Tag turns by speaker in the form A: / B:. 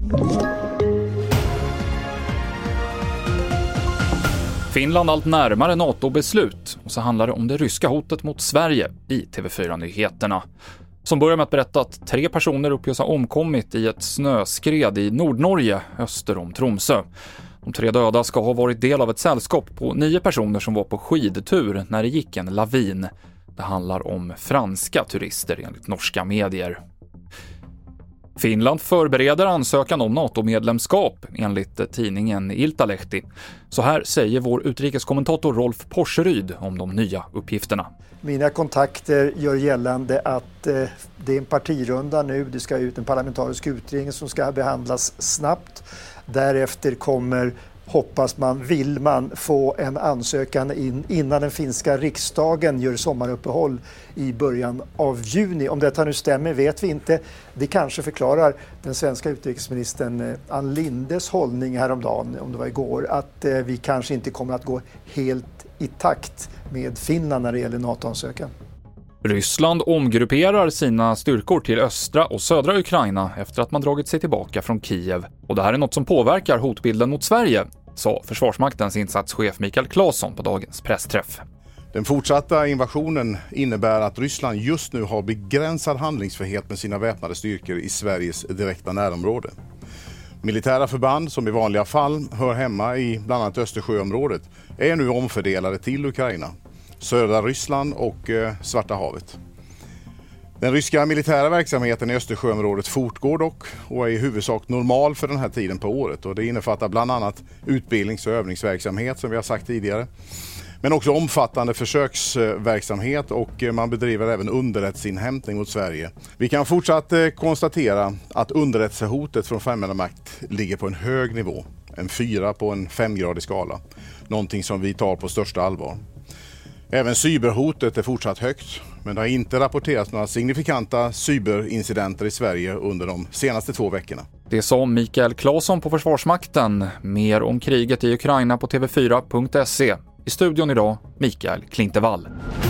A: Finland allt närmare NATO-beslut, och så handlar det om det ryska hotet mot Sverige i TV4-nyheterna. Som börjar med att berätta att 3 personer uppges ha omkommit i ett snöskred i Nordnorge öster om Tromsö. De 3 döda ska ha varit del av ett sällskap på 9 personer som var på skidtur när det gick en lavin. Det handlar om franska turister enligt norska medier. Finland förbereder ansökan om NATO-medlemskap enligt tidningen Iltalehti. Så här säger vår utrikeskommentator Rolf Porseryd om de nya uppgifterna.
B: Mina kontakter gör gällande att det är en partirunda nu. Det ska ut en parlamentarisk utredning som ska behandlas snabbt. Därefter kommer, hoppas man, vill man få en ansökan innan den finska riksdagen gör sommaruppehåll i början av juni. Om detta nu stämmer vet vi inte. Det kanske förklarar den svenska utrikesministern Ann Lindes hållning häromdagen, om det var igår, att vi kanske inte kommer att gå helt i takt med Finland när det gäller NATO-ansökan.
A: Ryssland omgrupperar sina styrkor till östra och södra Ukraina efter att man dragit sig tillbaka från Kiev. Och det här är något som påverkar hotbilden mot Sverige, sa Försvarsmaktens insatschef Mikael Claesson på dagens pressträff.
C: Den fortsatta invasionen innebär att Ryssland just nu har begränsad handlingsfrihet med sina väpnade styrkor i Sveriges direkta närområde. Militära förband som i vanliga fall hör hemma i bland annat Östersjöområdet är nu omfördelade till Ukraina, södra Ryssland och Svarta havet. Den ryska militära verksamheten i Östersjöområdet fortgår dock och är i huvudsak normal för den här tiden på året. Och det innefattar bland annat utbildnings- och övningsverksamhet som vi har sagt tidigare. Men också omfattande försöksverksamhet och man bedriver även underrättelseinhämtning mot Sverige. Vi kan fortsatt konstatera att underrättelsehotet från främmande makt ligger på en hög nivå. En 4 på en 5-gradig skala. Någonting som vi tar på största allvar. Även cyberhotet är fortsatt högt, men det har inte rapporterats några signifikanta cyberincidenter i Sverige under de senaste 2 veckorna.
A: Det sa Mikael Claesson på Försvarsmakten. Mer om kriget i Ukraina på tv4.se. I studion idag, Mikael Klintevall.